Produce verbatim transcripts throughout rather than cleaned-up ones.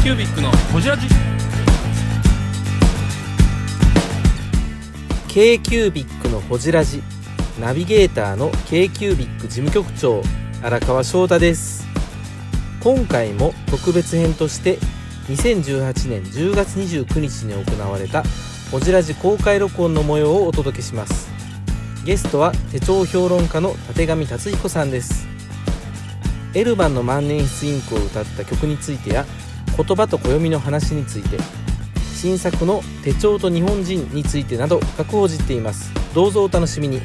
キュービックのホジラジ k キュービックのホジラジナビゲーターの k キュービック事務局長荒川翔太です。今回も特別編としてにせんじゅうはちねんじゅうがつにじゅうくにちに行われたホジラジ公開録音の模様をお届けします。ゲストは手帳評論家の立上達彦さんです。エルバンの万年筆インクを歌った曲についてや言葉と暦の話について、新作の手帳と日本人についてなど深く報じています。どうぞお楽しみに。 い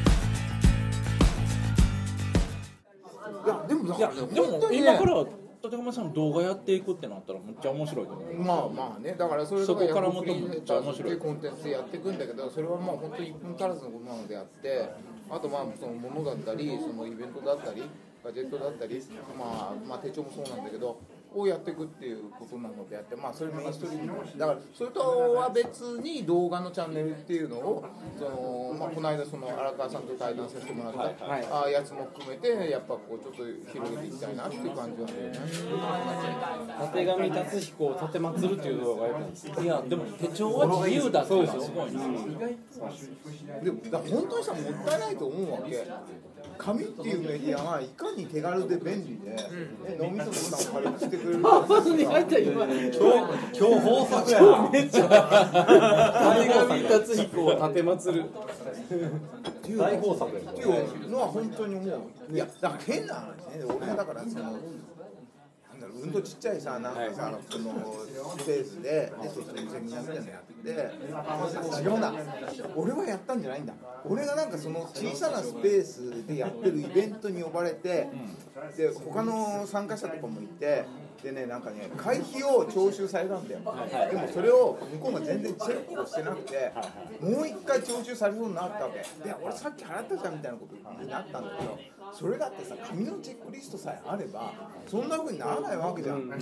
やでもいやでも今から立山さん動画やっていくってなったらめっちゃ面白いと思う。 まあまあね、だからそれそこからももっとめっちゃ面白いコンテンツでやっていくんだけど、それはまあ本当にいっぷん足らずのことなのであって、あとまあそのものだったり、そのイベントだったり、ガジェットだったり、まあまあ手帳もそうなんだけど。をやっていくっていうことなのであって、まあそれメインストリームだから、それとは別に動画のチャンネルっていうのをその、まあ、この間その荒川さんと対談させてもらった、はいはい、あやつも含めてやっぱこうちょっと広げていきたいなっていう感じはあるよね。立上達彦を立てまつるっていう動画がやったんですよ。 いやでも手帳は自由だっていうのはすごいな。 でもだ本当にさもったいないと思うわけ。紙っていうメディアがいかに手軽で便利で、うん、脳みその負担を軽くしてくれるか今日今日豊作やな。めっちゃ立上達彦を立てまつる大豊作やっていうのは本当に思う。いやだから変な話ね。俺がだからそのうんとちっちゃいさ、なんかさ、はい、そのスペースで適当にセミナーみたいなのやって違うんだ、俺はやったんじゃないんだ。俺がなんかその小さなスペースでやってるイベントに呼ばれて、で他の参加者とかもいて、でね、なんかね、会費を徴収されたんだよ、はいはい、でもそれを向こうが全然チェックをしてなくて、はいはい、もう一回徴収されそうになったわけで、俺さっき払ったじゃんみたいなことになったんだけど、それだってさ、紙のチェックリストさえあればそんな風にならないわけじゃん、うんうんうん、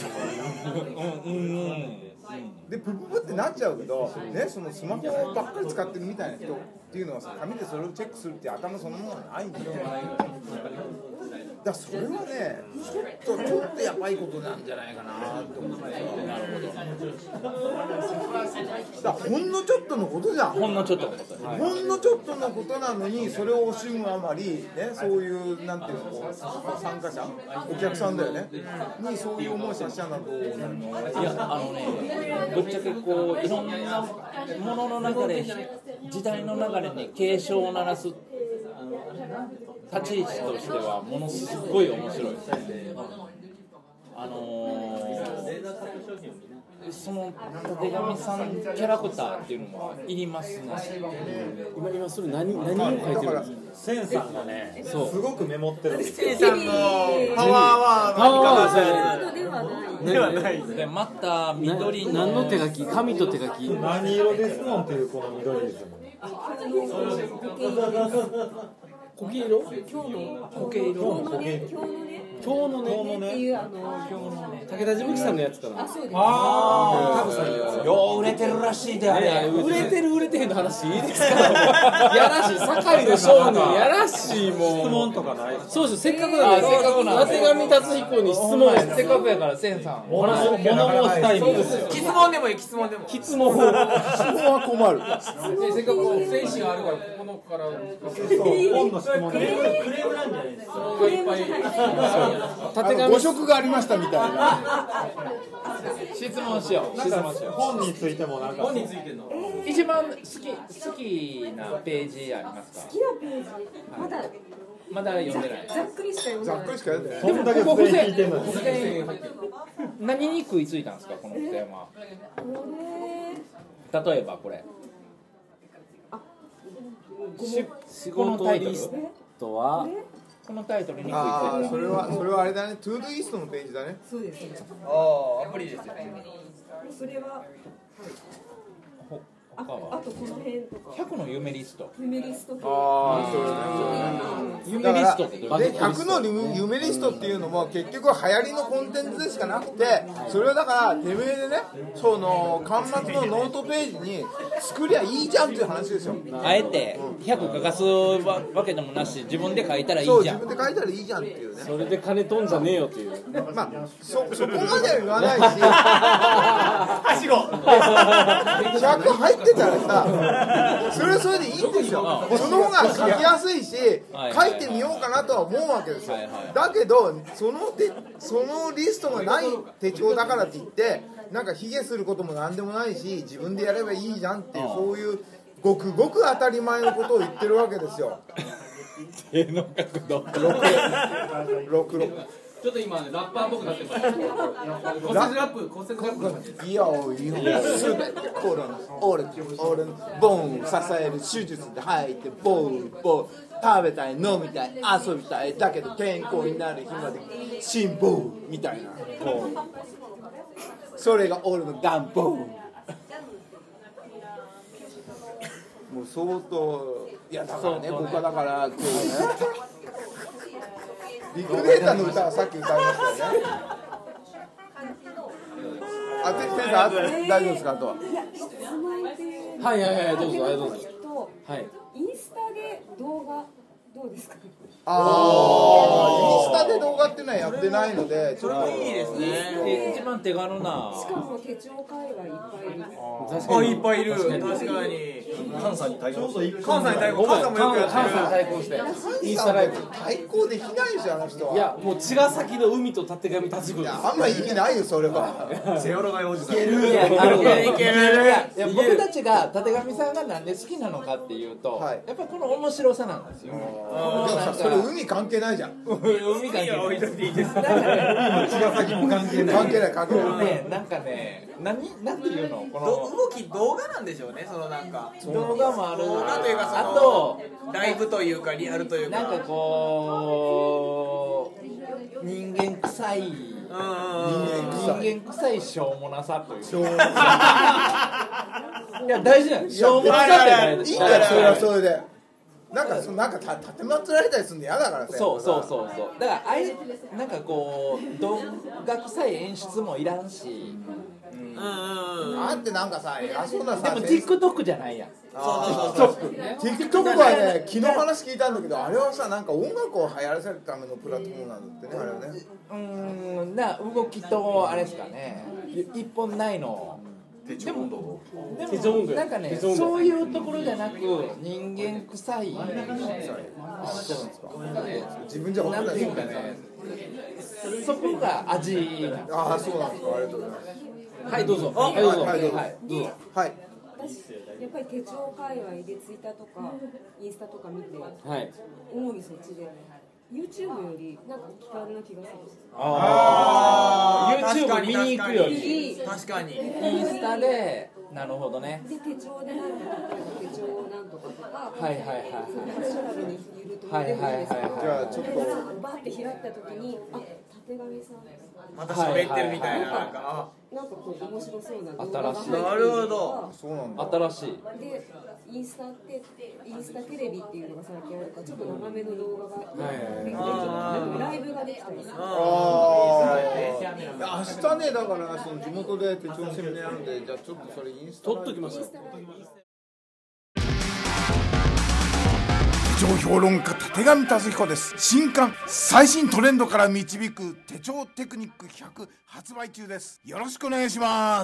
でプププってなっちゃうけど、ね、そのスマホばっかり使ってるみたいな人っていうのはさ、紙でそれをチェックするっていう頭そのものはないんだよ。だからそれはね、ちょっとちょっとやばいことなんじゃないかなって思って。なるほど。だからほんのちょっとのことじゃん。 ほんのちょっとのこと。 ほんのちょっとのことなのに、それを惜しむあまりね、そういうなんていうの、こう参加者、お客さんだよね、にそういう思いさせちゃうのはどうなの？ いやあのね、ぶっちゃけこういろんなものの中で時代の流れに警鐘を鳴らす立ち位置としてはものすごい面白いですね。あのー、その立上さんキャラクターっていうのはいりますね。 今今それ何何を書いてるんですか。 センさんがね、すそうごくメモってるんですよ。 センさんのパワーはパワーではないではないでまた緑の何の手書き、紙と手書き。 何色ですもんっていうこの緑ですもん。 コケ色？ 今日のコケ色今日のね今日のね今日のねっていうあの今日のね武田事務機さんのやつかな。 あそうです。 あタブさんのやつ。 よう売れてるらしいであれ。 売れてる売れてへんの話いいですか。やらしい堺の商人やらしいもう。 質問とかない。 そうです。せっかくなんで、せっかくなんで立上達彦に質問。 せっかくやからセンさん。 物申したいんですよ。 質問でもいい、質問でも。 質問。質問は困る。 せっかく精神があるからここのから本の質問で。 クレームなんじゃないですか。いっぱい。 立上ご職がありましたみたいな。 質問しよう。質問しよう。 本についてもなんか。 本についての。 一番好き好きなページありますか。 好きなページまだまだ読んでない。 ざっくりしか読んでない。 ざっくりしかやってない。 そんだけ付箋聞いてるのに。 何に食いついたんですかこの付箋は。 これ例えばこれ。 仕事リストはこのタイトルに食いついああ、 た。 それはそれはあれだね。トゥードゥイストのページだね。 そうですね。 ああ、アプリですよね。 それはあ他はあとこの辺とかひゃくの夢リスト。 夢リスト系。 ああ、そうね。 夢リストってどういうことでひゃくの夢リストっていうのも結局は流行りのコンテンツでしかなくて、それはだからてめえでね、その端末のノートページに作りゃいいじゃんっていう話ですよ。 あえてひゃく書かすわけでもなし、自分で書いたらいいそうじゃん。 自分で書いたらいいじゃんっていうね。 それで金とんじゃねえよっていう。 まあそそこまでは言わないしはしごひゃく入ってたらさ、それはそれでいいんですよ。その方が書きやすいし書いてみようかなとは思うわけですよ。だけどその手そのリストがない手帳だからって言ってなんか卑下することもなんでもないし、自分でやればいいじゃんっていう、そういうごくごく当たり前のことを言ってるわけですよ。 手の角度ろくろくちょっと今ねラッパーっぽくなってます。骨折ラップ骨折ラップ。 いやいやすべてコロナ俺俺のボンを支える手術で吐いてボーボー食べたい飲みたい遊びたいだけど健康になる日まで辛抱みたいな、こうそれが俺の願望。もう相当いやだからね、僕はだから今日ねリクレーターの歌はさっき歌いましたよね。あ、て先生、あ大丈夫ですか、あとは。 いや、質問っていうはいはいはい、どうぞはいどうぞ。 と、 はい。 インスタで動画どうですか？ あー、インスタで動画っていうのはやってないので、ちょっといいですね。 一番手軽な。 しかも手帳界隈いっぱいいる。 あ、いっぱいいる。確かに。 関西に対抗して。 関西に対抗。関西もよくやってる。 関西に対抗して。インスタライブ。 対抗できないですよ、あの人は。 いや、もう茅ヶ崎の海とたてがみ立ちいや、あんま意味ないよ、それは。 セオロガイおじさん。 いや、あのね、いやいや僕たちがたてがみさんがなんで好きなのかっていうと、 はいやっぱりこの面白さなんですよ。 でもさ、それ海関係ないじゃん。 海関係ない。 置いといていいです。 だからね、 茅ヶ崎も関係ない。 関係ない、関係ない。 ね、なんかね、何なんていうのこの動き動画なんでしょうね。そのなんか動画もある。 動画というかそのあとライブというかリアルというか。 なんかこう人間臭い。 うんうんうん。 人間臭いしょうもなさというしょうがないいや大事なのしょうもなさって大事いいから、それはそれで。なんか、そなんか、た、立てまつられたりするの嫌だからさ。 そうそうそうそうだからあれなんかこう動画臭い演出もいらんしうんうんうん。 あってなんかさ、偉そうなでさ。 も TikTok じゃないやんそうそうそう。TikTok はね、昨日話聞いたんだけど、あれはさ、なんか音楽を流行らせるためのプラットフォームなんだってね、あれはね。 うーんな動きとあれですかね一本ないのでも手帳運動なんかね手帳運動そういうところじゃなく人間臭い自分じゃ分かんないですよね。 そこが味なんですああ、そうなんですか。ありがとうございます。 はいどうぞあはいどうぞはいどうぞはいどうぞはい。 私やっぱり手帳界隈でツイッターとかインスタとか見てはい。 主にそっちで YouTube よりなんか気軽な気がする。 ああ確か YouTube に見に行くより確かに。 インスタでなるほどねで手帳でなんとか手帳なんとかとか、 はいはいはいカジュアルにゆるとはいはいはいはいじゃあちょっとバーって開いた時にあ縦紙さんまた喋ってるみたいななんか。 なんかこう面白そうな動画が入って新しいるとかなるほどそうなんだ。 新しいでインスタってインスタテレビっていうのが最近あるからちょっと長めの動画ができてライブができたりする。 ああ。明日ね、だからその地元で手帳のセミナーやるんで、じゃあちょっとそれインスタ取っときましょう。 手帳評論家立上達彦です。新刊最新トレンドから導く手帳テクニックひゃく発売中です。よろしくお願いします。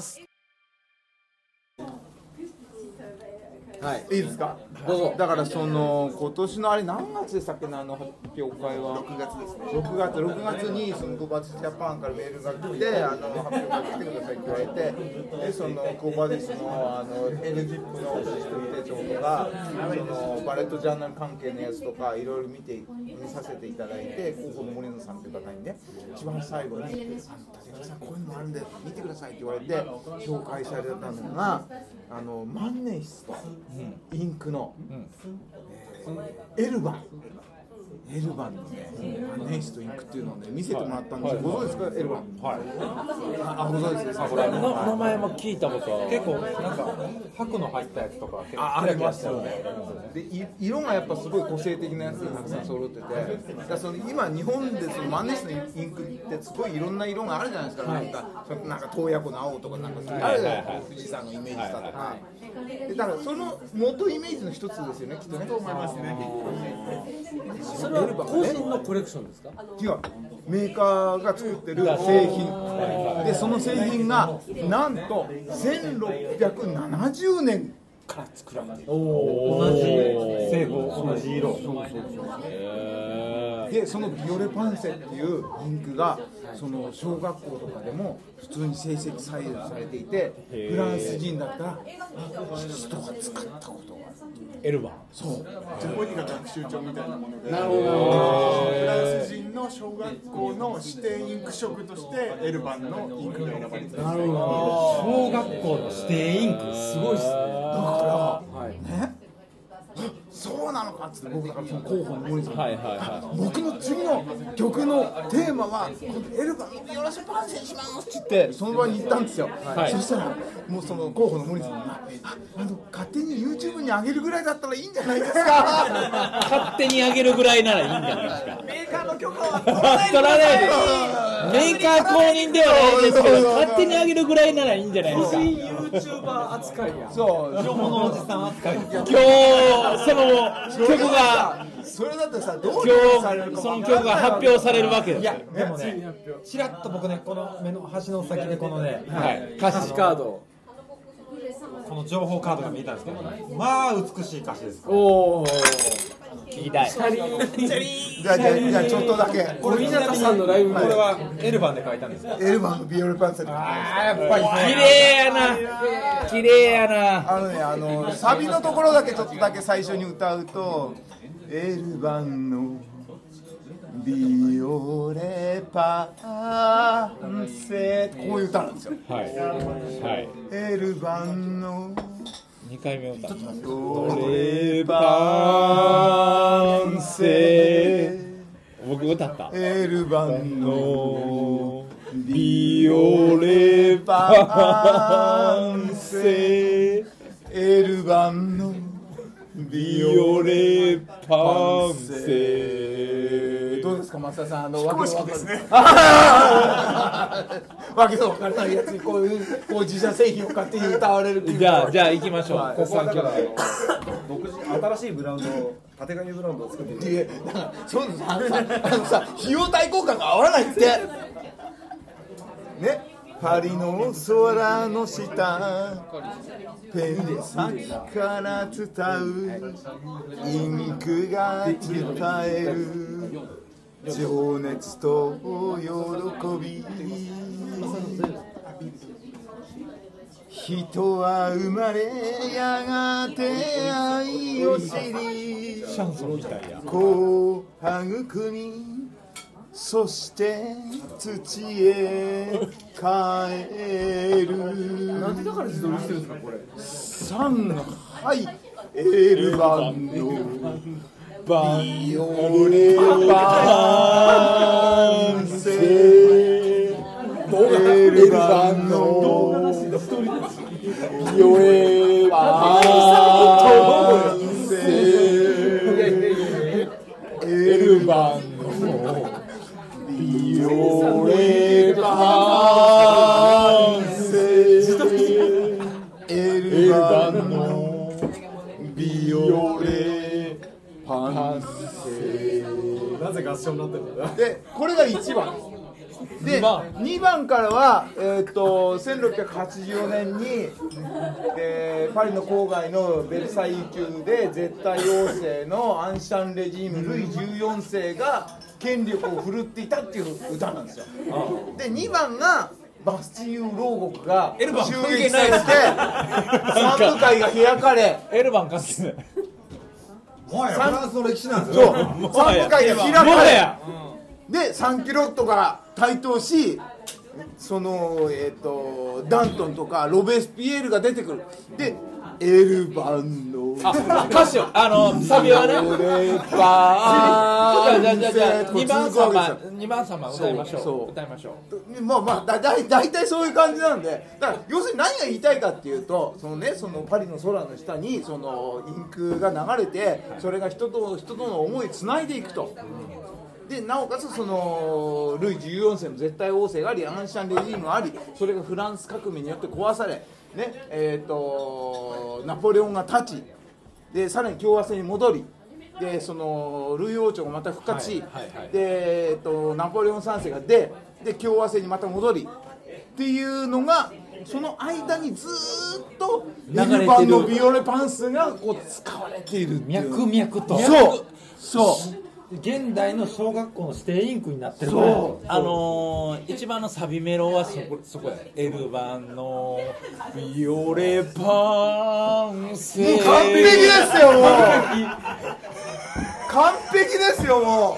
はい、いいですか。 どうぞ。 だからその今年のあれ何月でしたっけね、あの発表会は。ろくがつですね。ろくがつ、ろくがつにそのコーバディスジャパンからメールが来て、あの発表会来てくださいって言われて、でそのコーバディスのあの エルジップのシステム手帳とか、そのバレットジャーナル関係のやつとかいろいろ見て見させていただいて、広報の森野さんという方にね、一番最後にあの立上さんこういうのもあるんで見てくださいって言われて紹介されたのが、あの万年筆とインクの、えーエルバ、 エルバンのね、ネイスとインクっていうのをね見せてもらったんですよ。ご存知ですか、エルバン。はい。あ、ご存知ですか。これの名前も聞いたことは結構なんか白の入ったやつとか結構あ、ありますよね。 ね。で、い色がやっぱすごい個性的なやつがたくさん揃ってて、だからその今日本でその万年筆のインクってすごいいろんな色があるじゃないですか。なんかそのなんか洞爺湖の青とかなんかそういうあるじゃないですか。富士山のイメージしたとか。でだからその元イメージの一つですよね、きっとね。と思いますね。 それは個人のコレクションですか？ 違う、メーカーが作ってる製品で、その製品がなんとせんろっぴゃくななじゅうねんから作られている。 同じ製法、同じ色。 でそのビオレパンセっていうインクがその小学校とかでも普通に成績採用されていて、フランス人だったら人が使ったことがある。 エルバン。 そう。 ジャポニカ学習帳みたいなもので、 なるほど。 フランス人の小学校の指定インク色としてエルバンのインクが選ばれてる。なるほど。 小学校の指定インクすごいっすね。 だからね。そうなのかっつって僕だからその候補の森さん、 はいはいはい、 僕の次の曲のテーマはエルバンのビオラショパンセにしますって言ってその場に行ったんですよ、はい、そしたらもうその候補の森さんがああの勝手に YouTube に上げるぐらいだったらいいんじゃないですか勝手に上げるぐらいならいいんじゃないですか。 メーカーの許可は取らないで取らないでメーカー公認ではないですけど勝手に上げるぐらいならいいんじゃないですか。 YouTuber 扱いや。 そう色物おじさん扱いです。 今日その曲がそれだってさどう今日その曲が発表されるわけですいやでもね、ちらっと僕ねこの目の端の先でこのね、 はい、 歌詞カード、 この情報カードが見えたんですけど、まあ美しい歌詞です。 おお、 聞きたい。 じゃあじゃあじゃあちょっとだけこれ湊さんのライブ、 これはエルバンで書いたんですか？ エルバンのビオレパンセ。 ああやっぱり綺麗やな綺麗やな。 あのねあのサビのところだけちょっとだけ最初に歌うとエルバンのビオレパンセこういう歌なんですよ。 はいはい。 エルバンのにかいめ歌。 ビオレパンセ僕歌った。 エルバンのビオレパンセエルバンのビオレパンセどうですか松田さん、あのわけのわかんないわけのわからないやつにこういうこう自社製品を買って歌われるじゃあじゃあ行きましょう、 はい、 ここはだから独自新しいブランド、縦紙ブランドを作っている。 だからそうですあのさあのさ費用対効果が合わないってね。パリの空の下ペン先から伝うインクが伝える情熱と喜び人は生まれやがて愛を知りこう育みそして土へ帰る。 なんでだから自撮りしてるんですかこれ。 さんはいエルバンのビオレパンセエルバンのビオレパンセエルバンのビオレパンセエルバンのビオレパンセなぜ合唱になってるんだ。 でこれがいちばんでにばんからは、えー、とせんろっぴゃくはちじゅうよねんに、えー、パリの郊外のベルサイユ宮で絶対王政のアンシャンレジームルイじゅうよんせいが権力を振るっていたっていう歌なんですよ。でにばんがバスチーユ牢獄が襲撃されて三部会が開かれエルバン関係ない。 もはやフランスの歴史なんですよ。 そう三部会が開かれでサンキロットが台頭しその、えー、とダントンとかロベスピエールが出てくる。でエル版のあ、歌詞をあのサビはね。バーン。じゃあじゃあじゃあ二番様二番様歌いましょう。 そう歌いましょう。 まあまあだだい大体そういう感じなんで、だから要するに何が言いたいかっていうと、そのねそのパリの空の下にそのインクが流れて、それが人と人との思いをつないでいくと。でなおかつそのルイじゅうよんせいの絶対王政があり、アンシャンレジームがあり、それがフランス革命によって壊され、ねえー、とナポレオンが立ち、でさらに共和制に戻り、でそのルイ王朝がまた復活し、 はいはいはい、 でえー、とナポレオンさんせいが出で共和制にまた戻りっていうのが、その間にずーっとエルバンのビオレパンスがこう使われているっていう、 脈々とそうそう現代の小学校の指定インクになってる。 そうあのー、一番のサビメロはそこそこや。エルバンのビオレパンセ。 もう完璧ですよもう完璧ですよも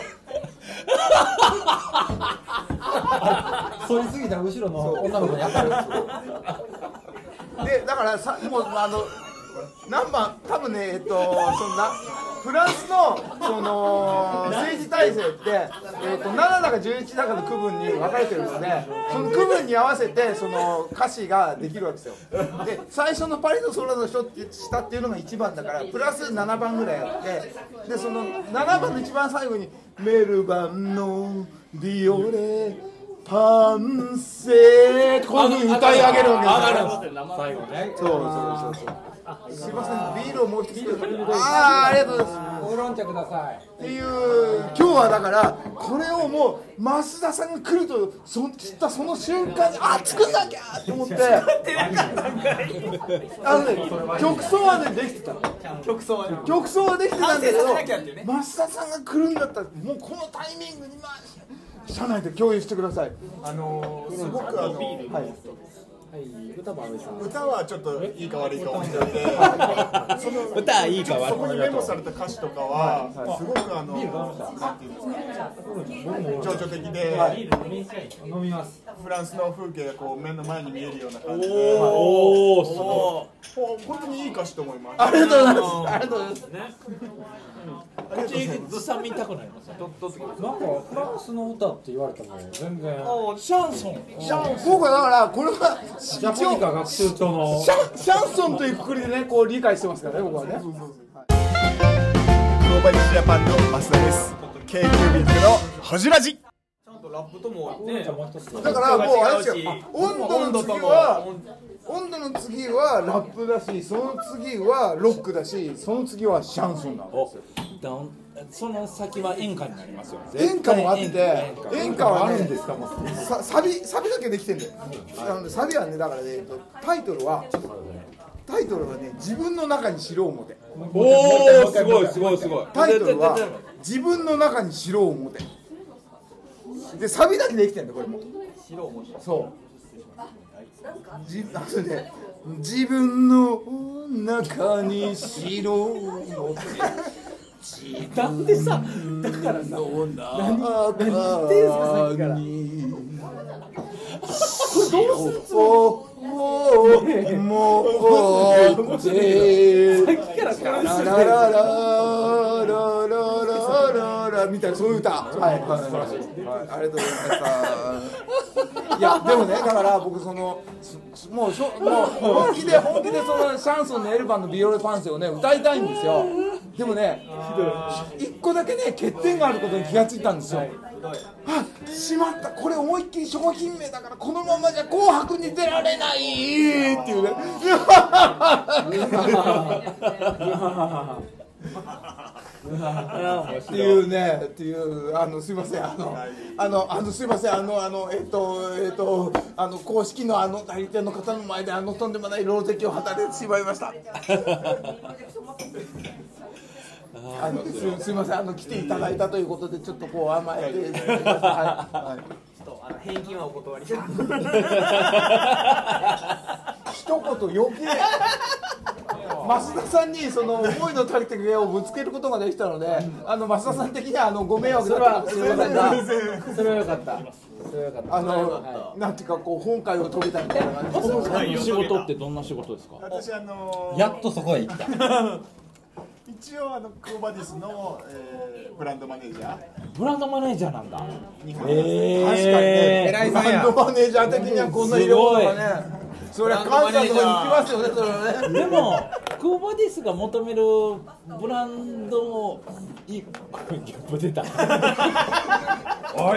う反りすぎた後ろの女の子に当たる。 でだからさもうあの何番多分ねえっとそんなフランスのその政治体制って、えっとななだかじゅういちだかの区分に分かれてるので、その区分に合わせてその歌詞ができるわけですよ。で最初のパリの空の下っていうのがいちばんだから、プラスななばんぐらいあって、でそのななばんの一番最後にメルバンのビオレパンセー、こういうふうに歌い上げるわけですよ。 最後ね。 そうそうそうそう。すいません、ビールをもう一つ。ああ、ありがとうございます。 ウーロン茶ください。 っていう今日はだからこれをもう増田さんが来るとそ知ったその瞬間にあ作んなきゃって思ってあのね曲奏はねできてた曲奏はね曲奏はできてたんだけど増田さんが来るんだったらもうこのタイミングにまあ社内で共有してください。 あのー、すごくあのーはい歌は歌はちょっといいか悪いか置いといて、その歌はいいか悪いかそこにメモされた歌詞とかはすごくあのなんていうんですか、情緒的で、 飲みます。 フランスの風景がこう目の前に見えるような感じで、 おお、すごい。本当にいい歌詞と思います。 ありがとうございます。ありがとうございます。 口ずさみたくなりますね。 なんかフランスの歌って言われても全然。 シャンソン。 シャン僕はだからこれはジャポニカ学習帳のシャンシャンソンというくくりでねこう理解してますからね僕はね。 グローバリジャパンの増田です。K キュービックのホジラジ。 ラップともね、 だからもうあれですよ。温度の次は温度の次はラップだし、その次はロックだし、その次はシャンソンなんですよ。 その先は演歌になりますよ。 演歌もあって、演歌はね、さサビサビだけできてんだよ。なのでサビはねだからねタイトルはタイトルはね自分の中に城を持て。 おおすごいすごいすごい。 タイトルは自分の中に城を持て。でサビだけできてんだこれも。 白を持つ。 そう。じあとね自分の中に城を持て。 なんでさ、だからさ、 何何言ってんすかさっきから。 これどうするつもり？もうもうてさっきからララララララララみたいなそういう歌。はいはいはいありがとうございました。いやでもねだから僕そのもうしょもう本気で本気でそのシャンソンのエルバンのビオレパンセをね歌いたいんですよ。でもね一個だけね欠点があることに気がついたんですよ。あ、しまったこれ思いっきり商品名だからこのままじゃ紅白に出られないっていうねっていうねっていうあのすいませんあのあのあのすいませんあのあのえっとえっとあの公式のあの代理店の方の前であのとんでもない狼藉を働いてしまいました。あの す, すいませんあの来ていただいたということでちょっとこう甘えて、はいはい、ちょっとあの返金はお断りします。 一言余計増田さんにその思いの足りた上をぶつけることができたので、あの増田さん的にはあのご迷惑だったかもしれませんが、 それはよかったそれはよかったあのなんていうかこう本会を遂げたみたいな感じで。 仕事ってどんな仕事ですか？ 私あのやっとそこへ行った一応あのクオバディスの、えー、ブランドマネージャーブランドマネージャーなんだ。 日本えー、 確かにね、ブランドマネージャー的にはこんな入れ物がね、それは関西とかに行きますよね、それはね。 でもクオバディスが求めるブランドいギャップ出たおい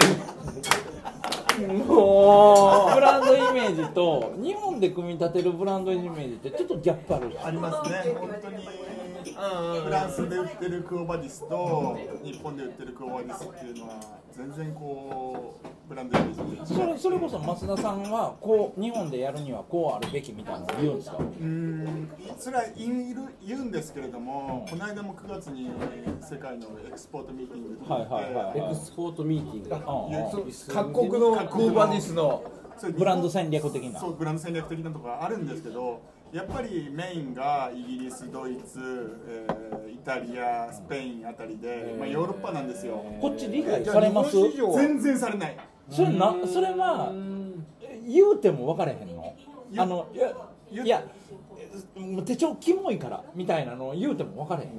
もうブランドイメージと日本で組み立てるブランドイメージってちょっとギャップある。 ありますね、本当にフランスで売ってるクオバディスと日本で売ってるクオバディスっていうのは全然こうブランドイメージそれそれこそ増田さんはこう日本でやるにはこうあるべきみたいなのを言うんですか？ うーんそれは言う言うんですけれども、この間もくがつに世界のエクスポートミーティングで、 はいはいはいはい、 エクスポートミーティング各国のクオバディスのブランド戦略的なそうブランド戦略的なところがあるんですけど、やっぱりメインがイギリス、ドイツ、えー、イタリア、スペインあたりで、まあ、ヨーロッパなんですよ。 こっち理解されます？ 全然されない。 それなそれは言うても分からへんの？あのいやいや手帳キモいからみたいなのを言うても分からへん。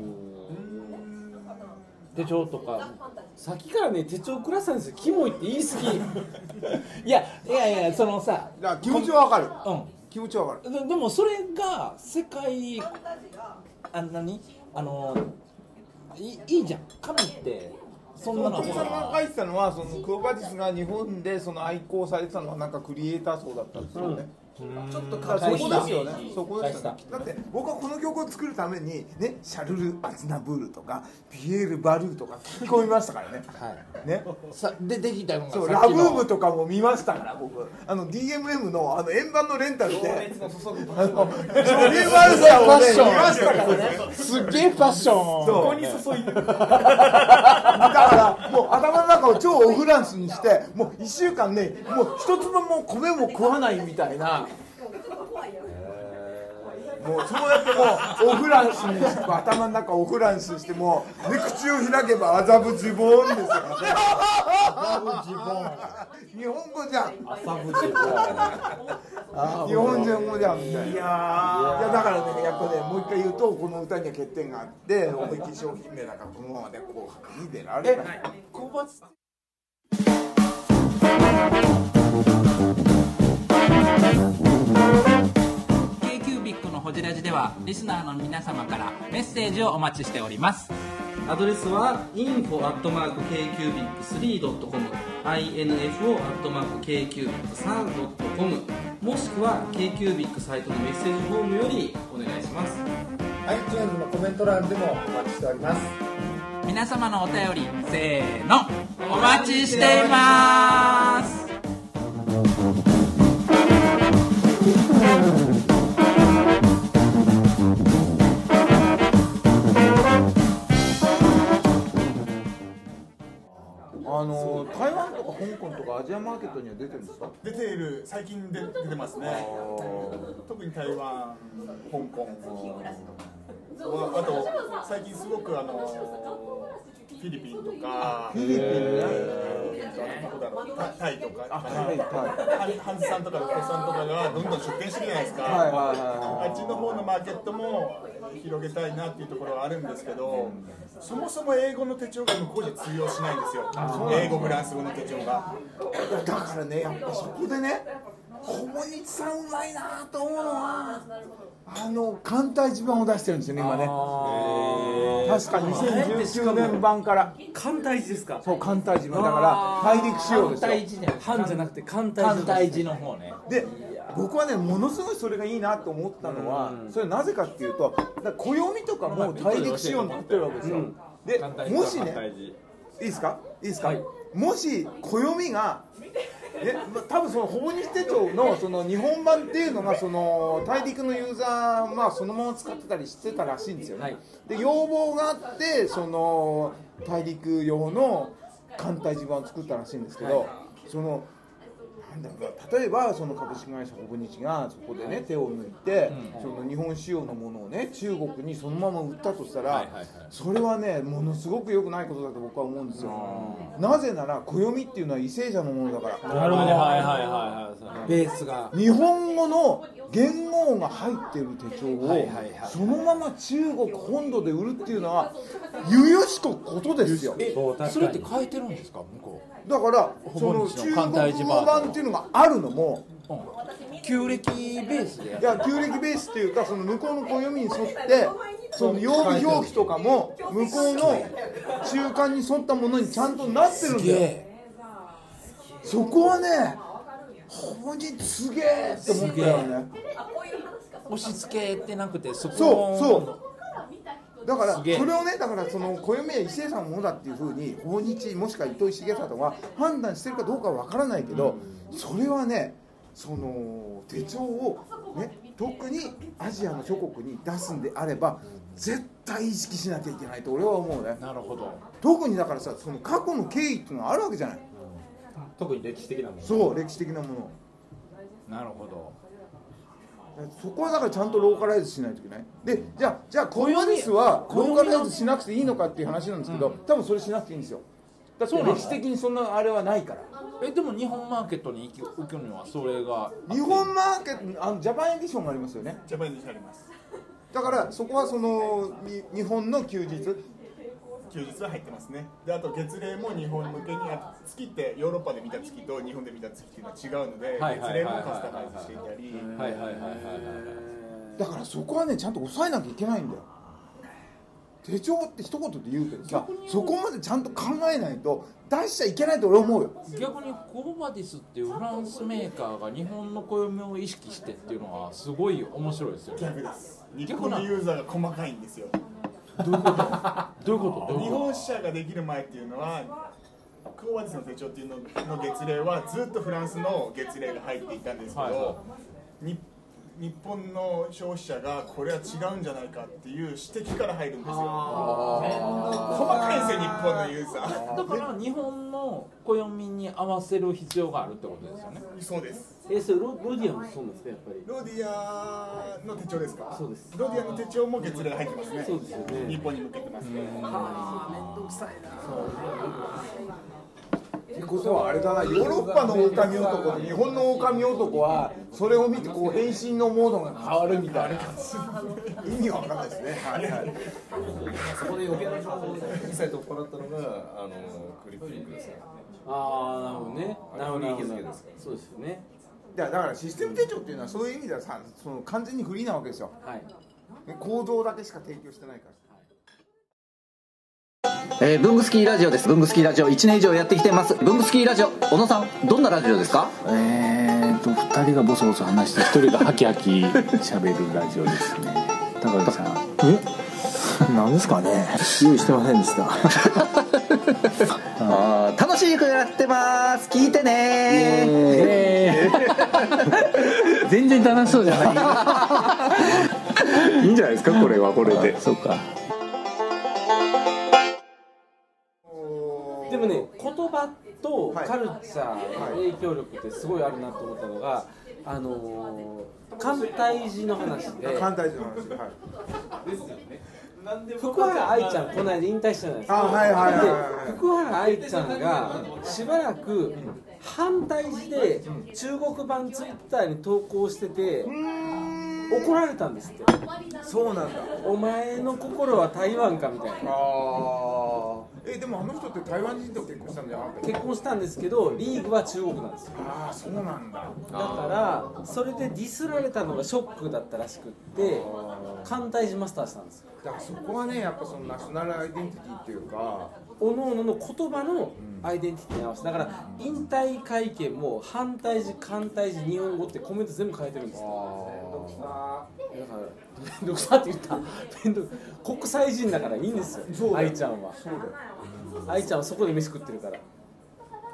手帳とかさっきからね手帳くらさんですよ。キモいって言い過ぎいやいやいやそのさ気持ちは分かる、 うん、 気持ちは分かる。 で, でもそれが世界あ何あのいいいじゃん紙ってそんなの小さんが書いてたのはそのクオバディスが日本でその愛好されてたのはなんかクリエイター層だったんですよね。ちょっとそこですよね。そこですよね。だって僕はこの曲を作るためにね、シャルル・アズナブールとかピエール・バルーとか聞き込みましたからね。はい。ね。 さでできたのがそうラブームとかも見ましたから僕。あの ディーエムエム のあの円盤のレンタルで。あのジョリー・バルサーをね見ましたからね。 すげえファッション。 そここに注いでる。 だからもう頭の中を超オフランスにしてもういっしゅうかんねもう一つももう米も食わないみたいな。もうそうやってもうオフランスにして頭の中をオフランスにしてもう、ね、口を開けば麻布ジボーンですよ。麻布ジボーン。日本語じゃん。 麻布ジボーン。 日本人語じゃんみたいな。いやいやだからねやっぱねもう一回言うとこの歌には欠点があって思いっきり商品名だからこのままで紅白に出られない。 小松ホジラジではリスナーの皆様からメッセージをお待ちしております。 アドレスは インフォ アットマーク ケーキュービックスリー ドット コム インフォ アットマーク ケーキュービックスリー ドット コム もしくは K-Cubic サイトのメッセージフォームよりお願いします。 iTunes のコメント欄でもお待ちしております。 皆様のお便りせーのお待ちしています。 あの台湾とか香港とかアジアマーケットには出てるんですか？ 出ている、最近で出てますね。特に台湾、香港、あと最近すごくあのフィリピンとか、 フィリピンね、 タイとか、ハンズさんとかロコさんとかがどんどん出店してるじゃないですか。あっちの方のマーケットも広げたいなっていうところはあるんですけど、そもそも英語の手帳が向こうじゃ通用しないんですよ。英語フランス語の手帳が。 だからねやっぱそこでね小森さんうまいなと思うのはあの艦隊地盤を出してるんですよね今ね。確かににせんじゅうきゅうねん版から艦隊地ですか？ そう艦隊地盤だから大陸仕様ですよ。 艦じゃなくて艦隊艦隊地の方ね。 で僕はねものすごいそれがいいなと思ったのはそれなぜかっていうとだ暦とかも大陸仕様になってるわけですよ。でもしねいいですかいいですか、はい、もし暦がね、多分そのほぼ日手帳のその日本版っていうのがその大陸のユーザーまあそのまま使ってたりしてたらしいんですよね。はい、で要望があってその大陸用の艦隊地盤を作ったらしいんですけど、はい、そのなんだろうな、例えばその株式会社ほぼ日がそこでね手を抜いて、うん、その日本仕様のものをね中国にそのまま売ったとしたら、はいはいはい、それはねものすごく良くないことだと僕は思うんですよ。なぜなら暦っていうのは為政者のものだから。 なるほど、はいはいはいはい、ベースが日本語の元号が入ってる手帳をそのまま中国本土で売るっていうのは由々しきことですよ。 えそれって変えてるんですか向こう。 だからその中国語版っていうのがあるのも、 うん、旧暦ベースでやいや旧暦ベースっていうかその向こうの暦に沿ってその曜日表記とかも向こうの中間に沿ったものにちゃんとなってるんだよ。そこはねほぼ日すげえって思ったよね。 押し付けてなくてそこそうそうだからそれをねだからその暦や伊勢さんのものだっていうふうに訪日もしくは糸井重里が判断してるかどうかは分からないけど、それはねその手帳をね特にアジアの諸国に出すんであれば絶対意識しなきゃいけないと俺は思うね。 なるほど。 特にだからさその過去の経緯っていうのがあるわけじゃない。 特に歴史的なもの。 そう歴史的なもの。 なるほど。 そこはだからちゃんとローカライズしないといけない。で、じゃあ、じゃあコンマニスはローカライズしなくていいのかっていう話なんですけど、うん、多分それしなくていいんですよ。だって歴史的にそんなあれはないから。 え、でも日本マーケットに行くにはそれが日本マーケット、あのジャパンエディションがありますよね。 ジャパンエディションあります。 だからそこはその日本の休日休日は入ってますね。であと月齢も日本向けに月ってヨーロッパで見た月と日本で見た月っていうのは違うので、月齢もカスタマイズしていたり、 だからそこはねちゃんと抑えなきゃいけないんだよ。手帳って一言で言うけどさ、そこまでちゃんと考えないと出しちゃいけないと俺思うよ。 逆にコボバディスっていうフランスメーカーが日本の暦を意識してっていうのはすごい面白いですよね。 逆です。日本のユーザーが細かいんですよ。 どういうこと？どういうこと？ 日本支社ができる前っていうのはコボバディスの手帳っていうのの月齢はずっとフランスの月齢が入っていたんですけど、はいはい、日日本の消費者がこれは違うんじゃないかっていう指摘から入るんですよ。細かいんですよ日本のユーザー。 だから日本の暦に合わせる必要があるってことですよね。 そうです。 え、それロロディアもそうなんですかやっぱり。 ロディアの手帳ですか。 そうです。 ロディアの手帳も月齢入ってますね。 そうですよね。 日本に向けてますね。 はあ、めんどくさいな。 ってことはあれだな、ヨーロッパの狼男と日本の狼男はそれを見てこう変身のモードが変わるみたいな意味わかんないですね。はいはい。 そこで余計な情報を一切取っ払ったのがあのクリップリンクですね。 ああ、なるほどね。なるほどなるほど。 そうですよね。だからシステム手帳っていうのはそういう意味ではさ、その完全にフリーなわけですよ。はい。行動だけしか提供してないから。 えー、ブングスキーラジオです。ブングスキーラジオいちねん以上やってきてます。ブングスキーラジオ、小野さんどんなラジオですか？ えーとふたりがボソボソ話してひとりがハキハキ喋るラジオですね。高橋さん、え何ですかね、用意してませんでしたあ楽しくやってます、聞いてねー全然楽しそうじゃないいいんじゃないですか、これはこれで。そうか。 でもね、言葉とカルチャーの影響力ってすごいあるなと思ったのが、あのー、艦隊時の話で、 艦隊時の話、はい、 ですよね。福原愛ちゃんこの間引退したじゃないですか。 あ、はいはいはいはい、 で福原愛ちゃんがしばらく反対時で中国版ツイッターに投稿してて怒られたんですって。 そうなんだ。 お前の心は台湾かみたいな。 あえでもあの人って台湾人と結婚したんじゃなかったっけ？ 結婚したんですけどリーグは中国なんですよ。 ああそうなんだ。 だからそれでディスられたのがショックだったらしくって艦隊時マスターしたんですよ。 だからそこはねやっぱそのナショナルアイデンティティっていうかおのおのの言葉のアイデンティティに合わせて、だから引退会見も反対時艦隊時日本語ってコメント全部変えてるんですよ。だからめんどくさって言っためんど国際人だからいいんですよ愛ちゃんは。そうだよ。愛ちゃんはそこで飯食ってるから。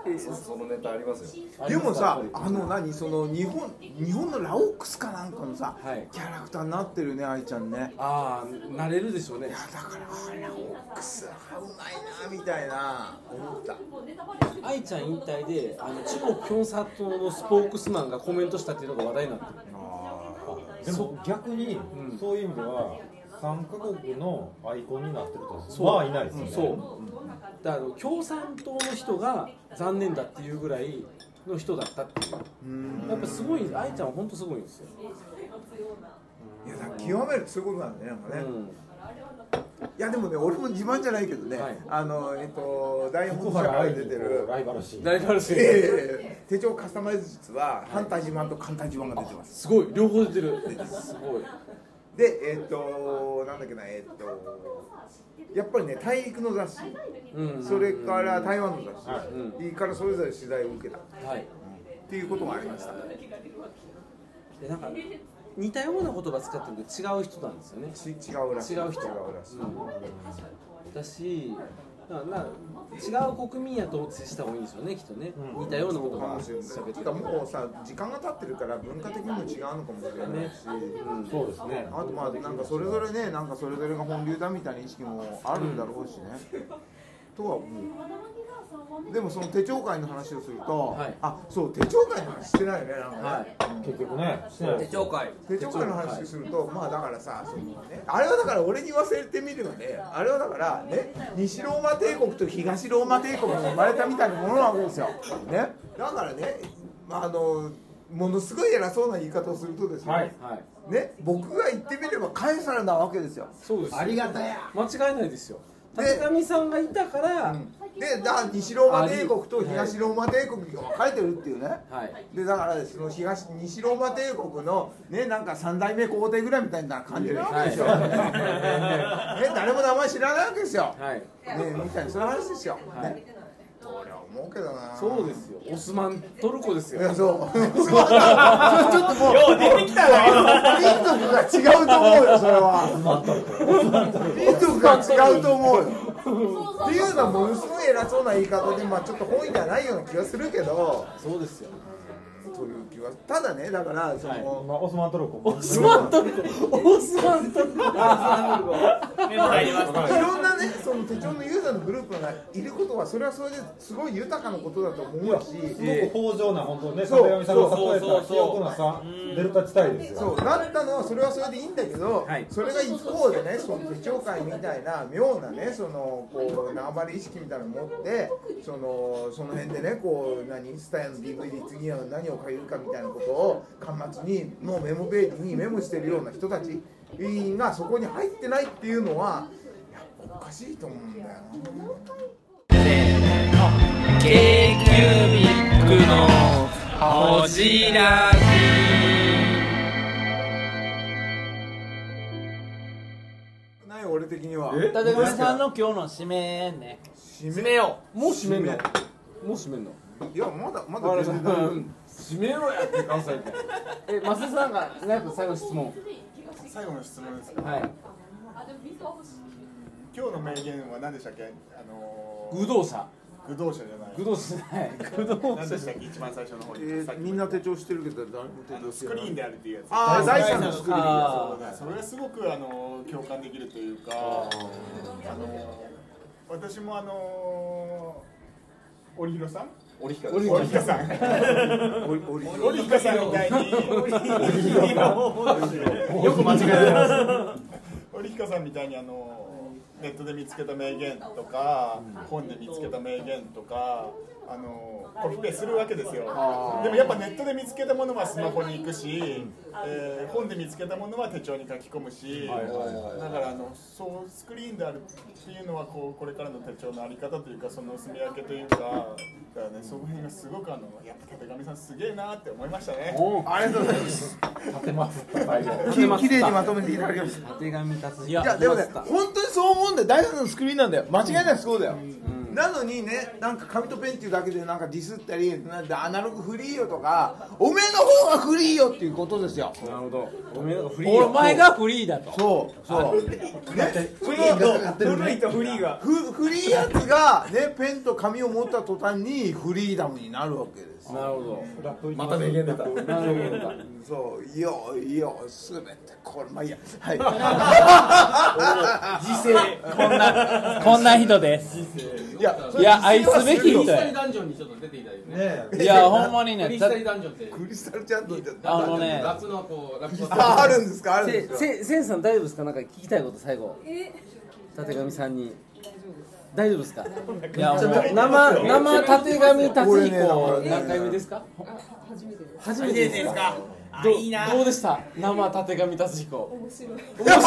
そのネタありますよ。 でもさ、あの何その日本日本のラオックスかなんかのさ、はい、キャラクターになってるね、愛ちゃんね。 ああ、なれるでしょうね。 いやだからラオックスはうまいなみたいな思った。 愛ちゃん引退であの中国共産党のスポークスマンがコメントしたっていうのが話題になってる。 でも逆に、うん、そういう意味ではさんカ国のアイコンになってるとまあいないですよね。 そうだから共産党の人が残念だっていうぐらいの人だったっていう。うんやっぱすごい、愛ちゃんは本当すごいんですよ。 いやだから極めるってそういうことなんだね、なんかね。うんいやでもね、俺も自慢じゃないけどね、はい、あのえっとダイヤモンド社から出てるライバルシーン、 ライバルシーン、 えー、手帳カスタマイズ術は反対自慢と簡単自慢が出てます。 すごい、両方出てる。すごい。 で、えっとなんだっけな、えっとやっぱりね、大陸の雑誌、うん、それから台湾の雑誌、はい、からそれぞれ取材を受けた、はい、っていうことがありました。 でなんか似たような言葉使ってるけど違う人なんですよね。 ち違うらしい。 違う人。違うらしい。うん、だし、なな違う国民やと思って接した方がいいんですよね、きっとね。うん、似たような言葉を喋ってる。 もうさ、時間が経ってるから文化的にも違うのかもしれないし、 うん、そうですね。 あとまあなんかそれぞれね、なんかそれぞれが本流だみたいな意識もあるんだろうしね。うん、とは思う。でもその手帳会の話をすると、はい、あ、そう手帳会の話してないよね、なんかね、はいうん、結局ね、 手帳会手帳会の話をすると、まあだからさ、そのね、あれはだから俺に言わせてみればね、あれはだからね、西ローマ帝国と東ローマ帝国が生まれたみたいなものなわけですよ。ね、だからね、まああのものすごい偉そうな言い方をするとですね、はいはい、ね、僕が言ってみればカエサルなわけですよ。 そうです。 ありがたや。 間違いないですよ。竹上さんがいたから、うん、 でだ西ローマ帝国と東ローマ帝国が分かれてるっていうね、はい、でだからその東西ローマ帝国のねなんか三代目皇帝ぐらいみたいな感じなわけですよ、はいね、誰も名前知らないわけですよ、はいね、みたいなそういう話ですよ、はいね、俺は思うけどな。 そうですよ、オスマントルコですよ。 いやそうそれちょっともうよう出てきたな、民族が違うと思うよ、それは民族が違うと思うよっていうのはものすごい偉そうな言い方で、まあちょっと本意ではないような気がするけど。 そうですよ、 という気は。ただね、だからその、はい、 まあ、オスマントルコオスマントルコオスマントルコいろんなね、その手帳のユーザーのグループがいることはそれはそれですごい豊かなことだと思うし、すごく豊穣な本当ね、竹上さんが例えた記憶のさデルタ地帯ですよ。 そうなったのはそれはそれでいいんだけど、はい、それが一方でね、その手帳会みたいな妙なね、そのこう縄張り意識みたいなのを持って、そのその辺でね、こう何スタヤの ディーブイディー 次は何を借りるかみたいなことを端末にのメモページにメモしてるような人たちがそこに入ってないっていうのはやっぱおかしいと思うんだよな。せーの、 K キュービックのほじらじ。 ない俺的には。 竹上さんの今日の締めね。 締めよう。もう締めんの？もう締めんの？ いやまだまだ全然締めろやって関西で。え、増田さんがなんか最後の質問。 最後の質問ですか。 はい。 今日の名言は何でしたっけ？あのー、愚道者。 愚道者じゃない。 愚道者じゃない。愚道者。 何でしたっけ？一番最初の方に。 えー、みんな手帳してるけど誰も手帳してない。 スクリーンであるっていうやつ。 ああ、第三のスクリーン。 それがすごくあの共感できるというか、あの私もあの織広さん。織彦さん。織彦さんみたいに。よく間違えます。織彦さんみたいにあのネットで見つけた名言とか、本で見つけた名言とか、あのコピペするわけですよ。でもやっぱネットで見つけたものはスマホに行くし、えー、本で見つけたものは手帳に書き込むし、だからあのそうスクリーンであるっていうのはこうこれからの手帳のあり方というか、その住み分けというか、だからね、その辺がすごくあのやっぱ竹上さんすげえなって思いましたね。 ありがとうございます。 立てますきれいにまとめていただきました。 竹上達也。いやでもね、本当にそう思うんだよ。大学のスクリーンなんだよ。間違いなくそうだよ。 なのにね、なんか紙とペンっていうだけでなんかディスったり、なんでアナログフリーよとか、おめえの方がフリーよっていうことですよ。 なるほど。おめえのフリーよ。 お前がフリーだと。 そうそう。 フリーと古いとフリーが。 フフリーやつがね、ペンと紙を持った途端にフリーダムになるわけです。 なるほど。 また名言出た。 なるほど。 そう、いやいや、すべてこれまあいいや。はい。 時勢こんなこんな人です。 いやいや愛すべき人クリスタやル。ダンジョンにちょっと出ていただいてね。 いやほんまにね。 クリスタルダンジョンってクリスタルチャントってあのね。 ラップのこうラップああるんですかあるんですか。 せせんさん大丈夫ですか？なんか聞きたいこと最後。たてがみさんに。大丈夫ですか？いや生生たてがみ達彦何回目ですか？ 初めてです。 初めてですか？どいいな。どうでした？生たてがみ達彦。 面白い。 面白い。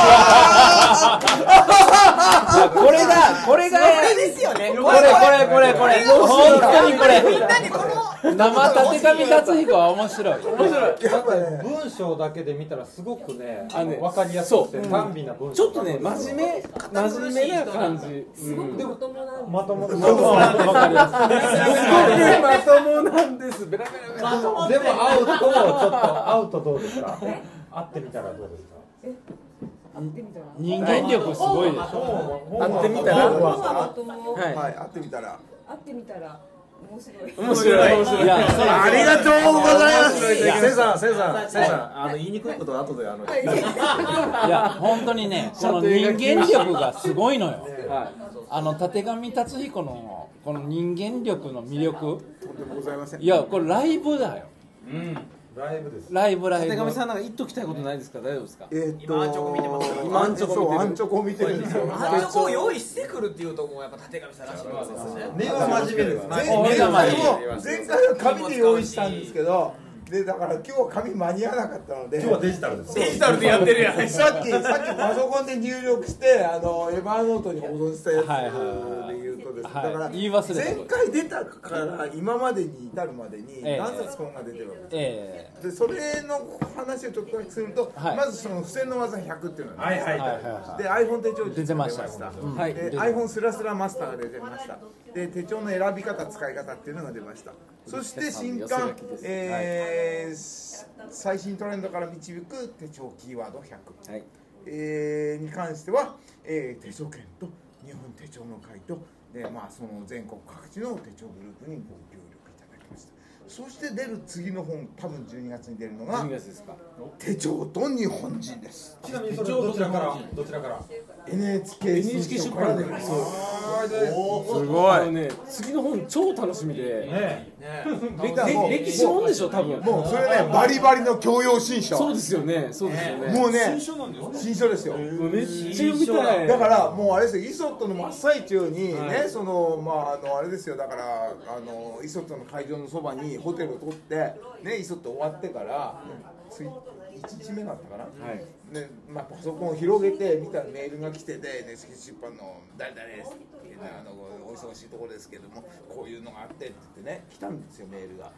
これだ、これがこれですよね。これこれこれこれ。本当にこれ。生たてがみ達彦は面白い。面白い。 やっぱね、文章だけで見たらすごくね、あの分かりやすくて単美な文章。 ちょっとね、真面目真面目な感じ。 すごくまともなんです。 まともな。 わかりやすい。まともなんです。ベラベラベラ。 でも会うとちょっと会うとどうですか？会ってみたらどうですか？ 人間力すごいでしょ。 会ってみたら。 ははいい、会ってみたら。 会ってみたら面白い。 面白い。面白い。いや、 ありがとうございます。 せんさん、せんさん、せんさん、あの言いにくいことは後であの。 いや本当にね、その人間力がすごいのよ。あのたてがみ達彦のこの人間力の魅力。 とんでもございません。 いやこれライブだよ。 うん。ライブです。 ライブライブ。 たてがみさんなんか言っときたいことないですか？大丈夫ですか？ えーっと今アンチョコ見てます。 今アンチョコ見てる。 アンチョコ見てるんですよ。 アンチョコを用意してくるっていうとこもやっぱたてがみさんらしいですね。 根は真面目です。 前回も前回は紙で用意したんですけど、でだから今日は紙間に合わなかったので、 今日はデジタルです。 デジタルでやってるやん。 さっきさっきパソコンで入力してあのエヴァーノートに保存したやつで言うとですね、だから言い忘れた前回出たから今までに至るまでに何冊本が出てるわけです。 えでそれの話をちょっとだけすると、まずその付箋の技ひゃくっていうのが出てます。で iPhone 手帳出てました。 で iPhone スラスラマスターが出てました。で手帳の選び方使い方っていうのが出ました。そして新刊、えー、最新トレンドから導く手帳キーワードひゃく、はいえー、に関しては、えー、手帳券と日本手帳の会とで、まあ、その全国各地の手帳グループにご協力いただきました。そして出る次の本、多分じゅうにがつに出るのが手帳と日本人です。 ちなみにそれどちらからどちらからエヌエイチケー 新書から出ます。 すごい。ね、次の本超楽しみで。ね。歴史本でしょ多分。 もうそれねバリバリの教養新書。 そうですよね。そうですよね。 もうね新書なんですか？ 新書ですよ。 めっちゃ読みたい。 だからもうあれですよ、イソットの真っ最中にね、そのまああのあれですよ、だからあのイソットの会場のそばにホテルを取ってね、イソット終わってからついいちにちめだったかな、はいねまあ、パソコンを広げて見たらメールが来てて、ね、出版の誰々ですって、ね、あのお忙しいところですけどもこういうのがあってって言ってね来たんですよメールが、はい、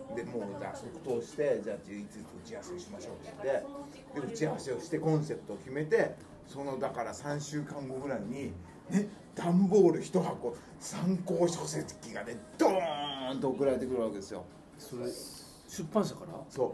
でもうじゃあ即答してじゃあいつ打ち合わせしましょうって言ってで打ち合わせをしてコンセプトを決めてそのだからさんしゅうかんごぐらいにね段ボールいち箱参考書籍がねドーンと送られてくるわけですよ。 それ出版社から？ そう。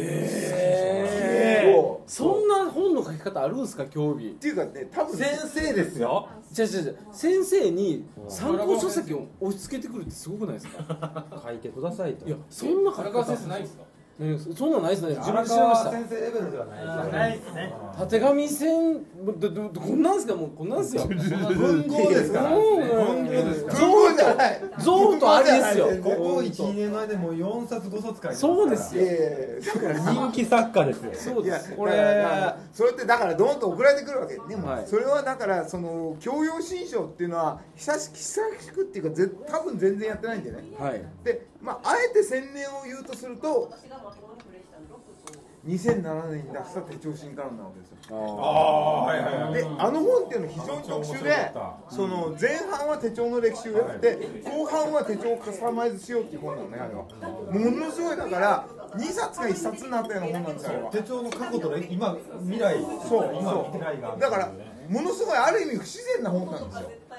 ええー。そんな本の書き方あるんですか、競技？ っていうかね、多分先生ですよ。 違う違う違う。先生に参考書籍を押し付けてくるってすごくないですか？ 書いてくださいと。 いや、そんな書き方先生ないですか？ そんなないですね。自分で調べました。 先生レベルではないです。 ないですね。 たてがみ線どどこんなんですかもうこんなんですよ。 文豪ですから。 文豪ですから。文豪じゃない。 象とあれですよ。 ここいち、にねんまえでもうよんさつごさつ書いてます。 そうですよ。 だから人気作家ですよ。 そうです。 これそれってだからドーンと送られてくるわけ。でもそれはだからその教養新書っていうのは久し久しくっていうかぜ多分全然やってないんでね。はい。でまああえて宣伝を言うとすると。にせんななねんに出した手帳新刊なわけですよ。ああはいはいはい。であの本っていうのは非常に特殊で、その前半は手帳の歴史をやって後半は手帳をカスタマイズしようっていう本なのねあれは。ものすごいだからにさつがいっさつになったような本なんですよ。 手帳の過去と今未来そう今未来がだからものすごいある意味不自然な本なんですよ。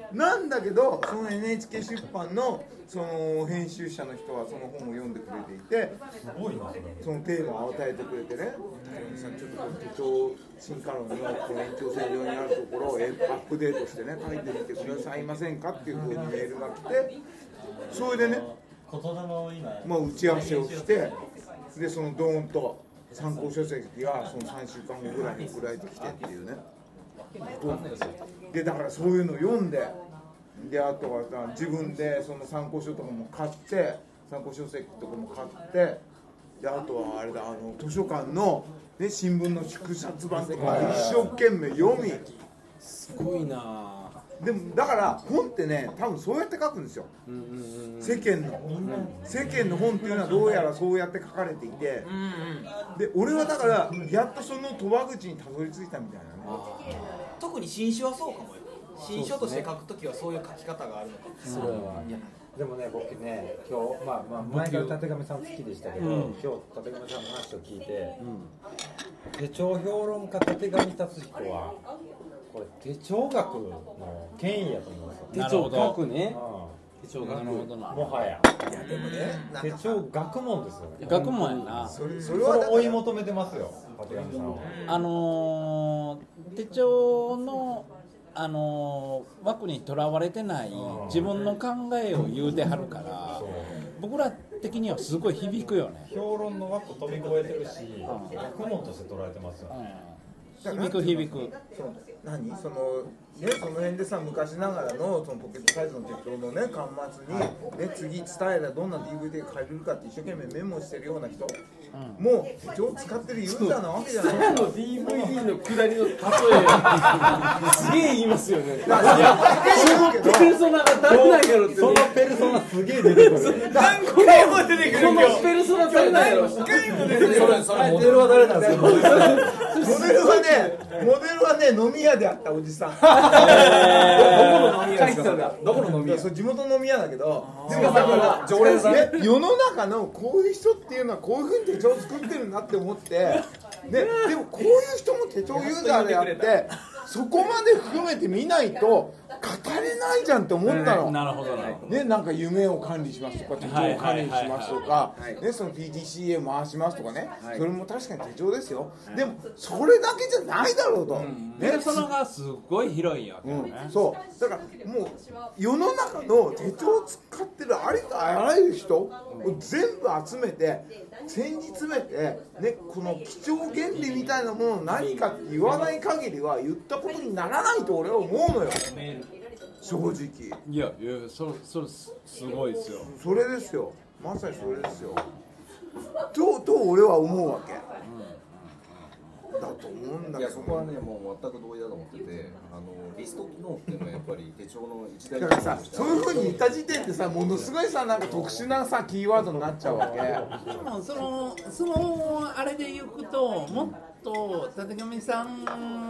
なんだけどその エヌエイチケー 出版のその編集者の人はその本を読んでくれていて、そのテーマを与えてくれてね、竹上さんちょっとこの手帳進化論のこの延長線上にあるところをアップデートしてね書いてみてくださいませんかっていうふうにメールが来て、それでね、まあ、打ち合わせをして、でそのドーンと参考書籍がそのさんしゅうかんごぐらいに送られてきてっていうね。でだからそういうのを読んで、であとはさ自分でその参考書とかも買って、参考書籍とかも買って、であとはあれだ、あの図書館の、ね、新聞の縮刷版とか一生懸命読み、 すごいな。 でもだから本ってね、多分そうやって書くんですよ、うんうんうん、世間の、うん、世間の本っていうのはどうやらそうやって書かれていて、うんうん、で俺はだからやっとその賭場口にたどり着いたみたいなね。 特に新書はそうかもよ。新書として書くときはそういう書き方があるのかも。 それは、いやでもね、僕ね、今日、まあまあ、前から立上さん好きでしたけど、うん、今日立上さんの話を聞いて、うん、手帳評論家立上達彦はこれ手帳学の権威やと思いますよ。 手帳学ね。 手帳学もはや。 いやでもね、 手帳学問ですよね。 学問やな。 それそれは追い求めてますよ、立上さんは。 あのー、手帳のあのー、枠にとらわれてない自分の考えを言うてはるから、僕ら的にはすごい響くよね。 評論の枠飛び越えてるし、学問として捉えてますよね。 響く響く。 何そのね、その辺でさ、昔ながらのそのポケットサイズの手帳のね、端末に、ね、次伝えたらどんな ディーブイディー が借りるかって一生懸命メモしてるような人、うん、もう手帳を使ってるユーザーなわけじゃない。 その ディーブイディー の下りの例えすげえ言いますよね。いや、そのペルソナが誰なんやろって、 そのペルソナすげえ出てくる。 何回も出てくる。 このペルソナ誰なんやろ。 何回も出てくる。 それそれモデルは誰なんですか。 モデルはね、モデルはね、飲み屋であったおじさん。 どこの飲み屋ですか。 どこの飲み屋？そう、地元の飲み屋だけど、でもだから常連さんね、世の中のこういう人っていうのはこういう風に手帳を作ってるなって思って、で、でもこういう人も手帳ユーザーであって、そこまで含めて見ないと語れないじゃんって思ったの。 なるほどね。 ね、なんか夢を管理しますとか、手帳を管理しますとか、ね、その ピーティーシーエー 回しますとかね、それも確かに手帳ですよ。でもそれだけじゃないだろうと。 ペルソナがすごい広いよね。 うん、そうだからもう世の中の手帳を使ってるありとあらゆる人を全部集めて戦時詰めて、ね、この基調原理みたいなものを何かって言わない限りは言ったことにならないと俺は思うのよ、正直。 いやいや、それそれすごいですよ。 それですよ、まさにそれですよとと俺は思うわけ、だと思うんだけど、 いやそこはね、もう全く同意だと思ってて、あのリスト機能っていうのはやっぱり手帳の一大だからさ、そういう風に言った時点でさ、ものすごいさ、なんか特殊なさキーワードになっちゃうわけ。 でもそのそのあれで言うと、もっと立上さん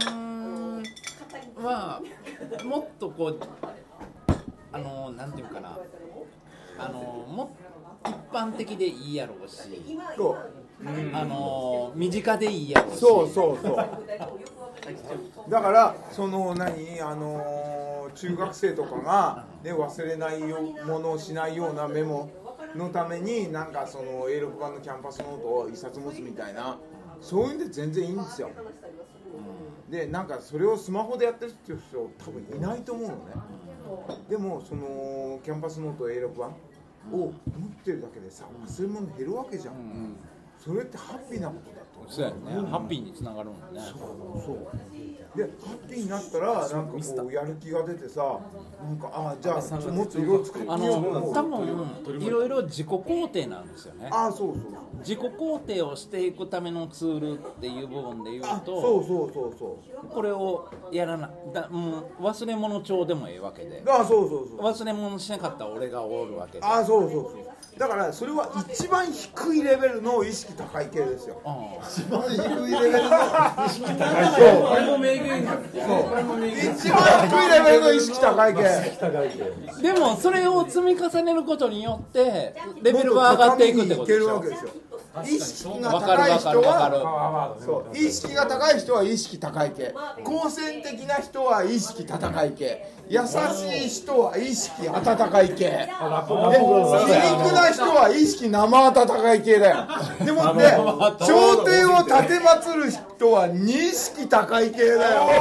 はもっとこう、あのなんていうかな、あのも一般的でいいやろうし、 そう、 あの身近でいいやろうし、 そうそうそうだからその何あの中学生とかが、ね、忘れないものをしないようなメモのためになんかその エーろく 版のキャンパスノートを一冊持つみたいな、そういうんで全然いいんですよ。でなんかそれをスマホでやってるっていう人多分いないと思うのね。でもそのキャンパスノート エーろく 版を持ってるだけでさ、忘れ物減るわけじゃん、うん、それってハッピーなことだと。 そうやね、ハッピーにつながるもんね。 そうそうでハッピーになったらなんかこうやる気が出てさ、なんかあじゃあもっと色作ってみよう。 あの多分いろいろ自己肯定なんですよね。 あそうそう自己肯定をしていくためのツールっていう部分で言うと、 そうそうそうそうこれをやらなだもう忘れ物帳でもええわけで、 あそうそうそう忘れ物しなかったら俺がおるわけで、 あそうそうそうだからそれは一番低いレベルの意識高い系ですよ。一番低いレベルの意識高い系。 これも名言なんですよ。 一番低いレベルの意識高い系。 でもそれを積み重ねることによってレベルが上がっていくってことでしょ。 意識が高い人はそう意識が高い人は意識高い系、好戦的な人は意識戦い系、優しい人は意識温かい系、皮肉な人は意識生温かい系だよ。でもって頂点を立てまつる人は二意識高い系だよ。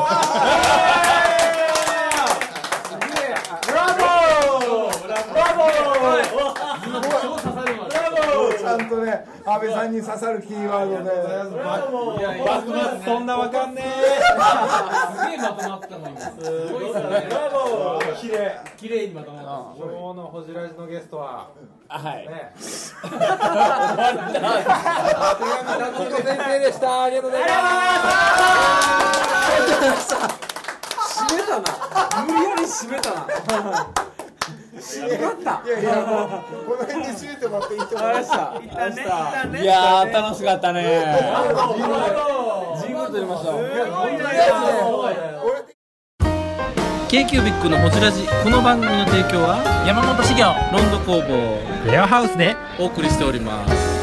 ブラボーブラボーちゃんとね、安倍さんに刺さるキーワードで幕末そんなわかんねえすげえまとまったの今すごいですね。 ブラボー綺麗綺麗にまとまった。 今日のホジラジのゲストははいね手紙達彦先生でした。ありがとうございます締めたな、無理やり締めたな。 いやいやもうこの辺で締めてもらっていいと思いました。 一旦ね、一旦ね。 いやー楽しかったね。 ジングル取りました。 ケーキュービックのホジラジ、この番組の提供は山本資源ロンド工房レアハウスでお送りしております。